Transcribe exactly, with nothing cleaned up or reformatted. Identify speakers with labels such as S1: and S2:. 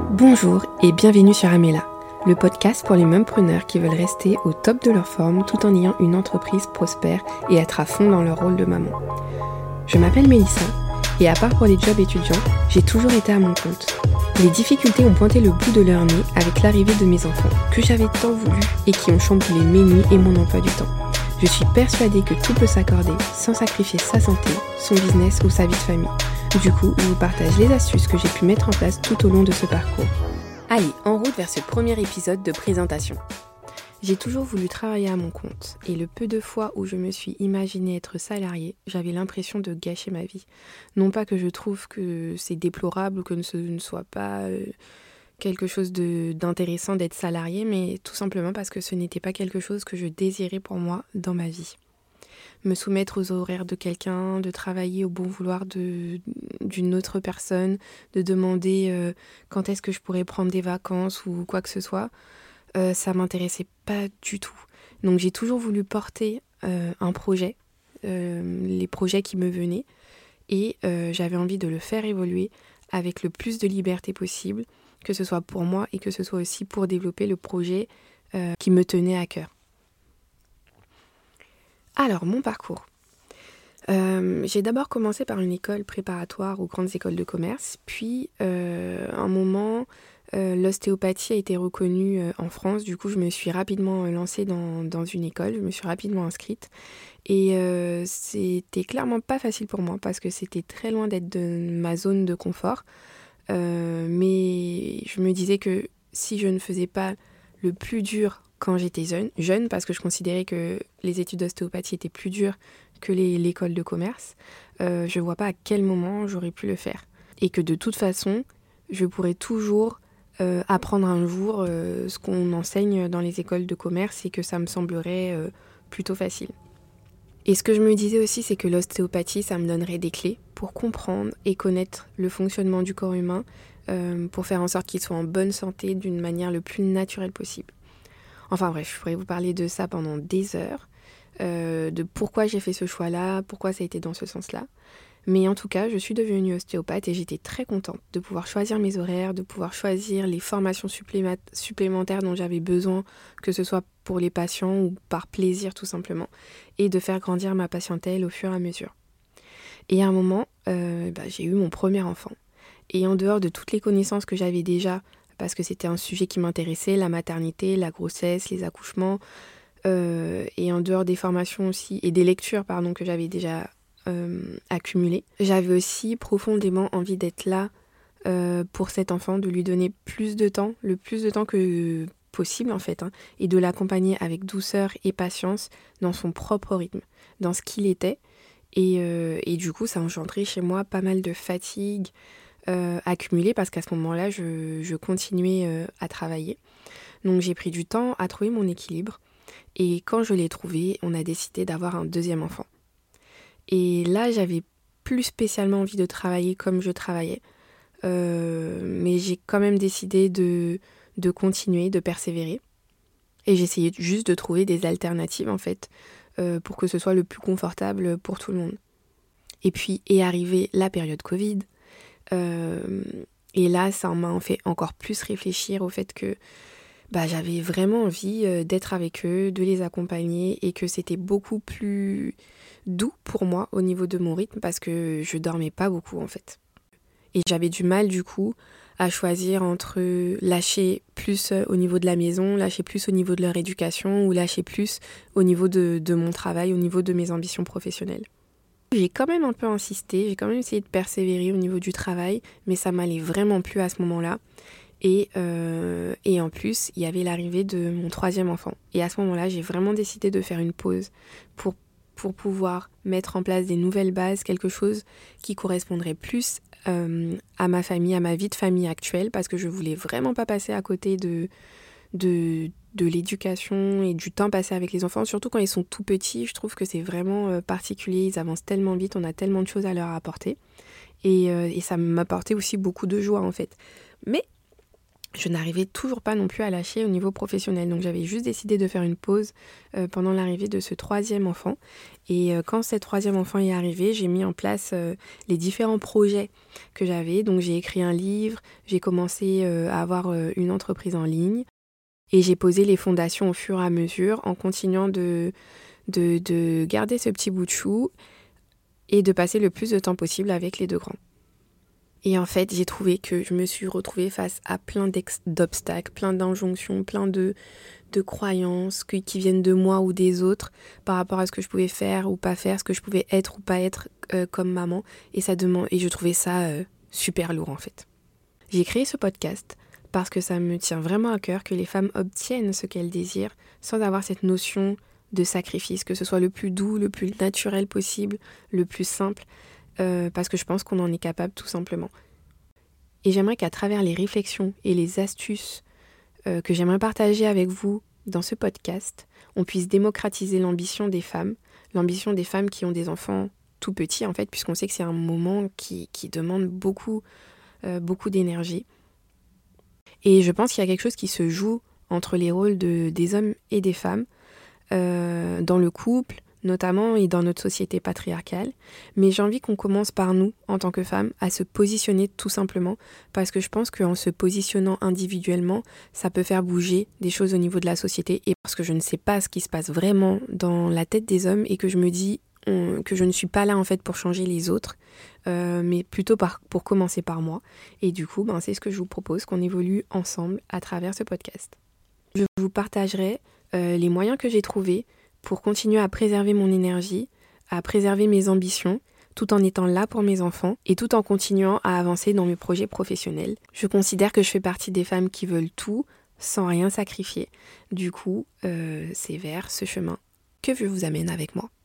S1: Bonjour et bienvenue sur Amela, le podcast pour les mumpreneurs qui veulent rester au top de leur forme tout en ayant une entreprise prospère et être à fond dans leur rôle de maman. Je m'appelle Mélissa et à part pour les jobs étudiants, j'ai toujours été à mon compte. Les difficultés ont pointé le bout de leur nez avec l'arrivée de mes enfants, que j'avais tant voulu et qui ont chamboulé mes nuits et mon emploi du temps. Je suis persuadée que tout peut s'accorder sans sacrifier sa santé, son business ou sa vie de famille. Du coup, je vous partage les astuces que j'ai pu mettre en place tout au long de ce parcours. Allez, en route vers ce premier épisode de présentation. J'ai toujours voulu travailler à mon compte et le peu de fois où je me suis imaginée être salariée, j'avais l'impression de gâcher ma vie. Non pas que je trouve que c'est déplorable ou que ce ne soit pas euh, quelque chose de, d'intéressant d'être salariée, mais tout simplement parce que ce n'était pas quelque chose que je désirais pour moi dans ma vie. Me soumettre aux horaires de quelqu'un, de travailler au bon vouloir de, d'une autre personne, de demander euh, quand est-ce que je pourrais prendre des vacances ou quoi que ce soit, euh, ça m'intéressait pas du tout. Donc j'ai toujours voulu porter euh, un projet, euh, les projets qui me venaient, et euh, j'avais envie de le faire évoluer avec le plus de liberté possible, que ce soit pour moi et que ce soit aussi pour développer le projet euh, qui me tenait à cœur. Alors, mon parcours. Euh, j'ai d'abord commencé par une école préparatoire aux grandes écoles de commerce, puis euh, un moment, euh, l'ostéopathie a été reconnue euh, en France, du coup je me suis rapidement lancée dans, dans une école, je me suis rapidement inscrite, et euh, c'était clairement pas facile pour moi, parce que c'était très loin d'être de ma zone de confort, euh, mais je me disais que si je ne faisais pas le plus dur quand j'étais jeune, jeune, parce que je considérais que les études d'ostéopathie étaient plus dures que les, l'école de commerce, euh, je vois pas à quel moment j'aurais pu le faire. Et que de toute façon, je pourrais toujours euh, apprendre un jour euh, ce qu'on enseigne dans les écoles de commerce et que ça me semblerait euh, plutôt facile. Et ce que je me disais aussi, c'est que l'ostéopathie, ça me donnerait des clés pour comprendre et connaître le fonctionnement du corps humain, euh, pour faire en sorte qu'il soit en bonne santé d'une manière le plus naturelle possible. Enfin bref, je pourrais vous parler de ça pendant des heures, euh, de pourquoi j'ai fait ce choix-là, pourquoi ça a été dans ce sens-là. Mais en tout cas, je suis devenue ostéopathe et j'étais très contente de pouvoir choisir mes horaires, de pouvoir choisir les formations suppléma- supplémentaires dont j'avais besoin, que ce soit pour les patients ou par plaisir tout simplement, et de faire grandir ma patientèle au fur et à mesure. Et à un moment, euh, bah, j'ai eu mon premier enfant. Et en dehors de toutes les connaissances que j'avais déjà, parce que c'était un sujet qui m'intéressait, la maternité, la grossesse, les accouchements, euh, et en dehors des formations aussi, et des lectures pardon, que j'avais déjà euh, accumulées, j'avais aussi profondément envie d'être là euh, pour cet enfant, de lui donner plus de temps, le plus de temps que possible en fait, hein, et de l'accompagner avec douceur et patience dans son propre rythme, dans ce qu'il était, et, euh, et du coup ça a engendré chez moi pas mal de fatigue, Euh, accumulé parce qu'à ce moment-là, je, je continuais euh, à travailler. Donc j'ai pris du temps à trouver mon équilibre et quand je l'ai trouvé, on a décidé d'avoir un deuxième enfant. Et là, j'avais plus spécialement envie de travailler comme je travaillais, euh, mais j'ai quand même décidé de, de continuer, de persévérer. Et j'essayais juste de trouver des alternatives en fait, euh, pour que ce soit le plus confortable pour tout le monde. Et puis est arrivée la période Covid. Euh, et là, ça m'a fait encore plus réfléchir au fait que bah, j'avais vraiment envie euh, d'être avec eux, de les accompagner et que c'était beaucoup plus doux pour moi au niveau de mon rythme parce que je dormais pas beaucoup en fait. Et j'avais du mal du coup à choisir entre lâcher plus au niveau de la maison, lâcher plus au niveau de leur éducation ou lâcher plus au niveau de, de mon travail, au niveau de mes ambitions professionnelles. J'ai quand même un peu insisté, j'ai quand même essayé de persévérer au niveau du travail, mais ça m'allait vraiment plus à ce moment-là. Et, euh, et en plus, il y avait l'arrivée de mon troisième enfant. Et à ce moment-là, j'ai vraiment décidé de faire une pause pour, pour pouvoir mettre en place des nouvelles bases, quelque chose qui correspondrait plus euh, à ma famille, à ma vie de famille actuelle, parce que je voulais vraiment pas passer à côté de... de de l'éducation et du temps passé avec les enfants, surtout quand ils sont tout petits, je trouve que c'est vraiment euh, particulier, ils avancent tellement vite, on a tellement de choses à leur apporter et, euh, et ça m'apportait aussi beaucoup de joie en fait. Mais je n'arrivais toujours pas non plus à lâcher au niveau professionnel. Donc j'avais juste décidé de faire une pause euh, pendant l'arrivée de ce troisième enfant. Et euh, quand ce troisième enfant est arrivé, j'ai mis en place euh, les différents projets que j'avais. Donc j'ai écrit un livre, j'ai commencé euh, à avoir euh, une entreprise en ligne. Et j'ai posé les fondations au fur et à mesure en continuant de, de, de garder ce petit bout de chou et de passer le plus de temps possible avec les deux grands. Et en fait, j'ai trouvé que je me suis retrouvée face à plein d'obstacles, plein d'injonctions, plein de, de croyances que, qui viennent de moi ou des autres par rapport à ce que je pouvais faire ou pas faire, ce que je pouvais être ou pas être euh, comme maman. Et, ça demande, et je trouvais ça euh, super lourd en fait. J'ai créé ce podcast parce que ça me tient vraiment à cœur que les femmes obtiennent ce qu'elles désirent sans avoir cette notion de sacrifice, que ce soit le plus doux, le plus naturel possible, le plus simple. Euh, parce que je pense qu'on en est capable tout simplement. Et j'aimerais qu'à travers les réflexions et les astuces euh, que j'aimerais partager avec vous dans ce podcast, on puisse démocratiser l'ambition des femmes, l'ambition des femmes qui ont des enfants tout petits en fait, puisqu'on sait que c'est un moment qui, qui demande beaucoup, euh, beaucoup d'énergie. Et je pense qu'il y a quelque chose qui se joue entre les rôles de, des hommes et des femmes euh, dans le couple, notamment et dans notre société patriarcale, mais j'ai envie qu'on commence par nous, en tant que femmes, à se positionner tout simplement, parce que je pense qu'en se positionnant individuellement, ça peut faire bouger des choses au niveau de la société, et parce que je ne sais pas ce qui se passe vraiment dans la tête des hommes, et que je me dis on, que je ne suis pas là en fait pour changer les autres, euh, mais plutôt par, pour commencer par moi, et du coup, ben, c'est ce que je vous propose, qu'on évolue ensemble à travers ce podcast. Je vous partagerai euh, les moyens que j'ai trouvés pour continuer à préserver mon énergie, à préserver mes ambitions, tout en étant là pour mes enfants et tout en continuant à avancer dans mes projets professionnels. Je considère que je fais partie des femmes qui veulent tout sans rien sacrifier. Du coup, euh, c'est vers ce chemin que je vous amène avec moi.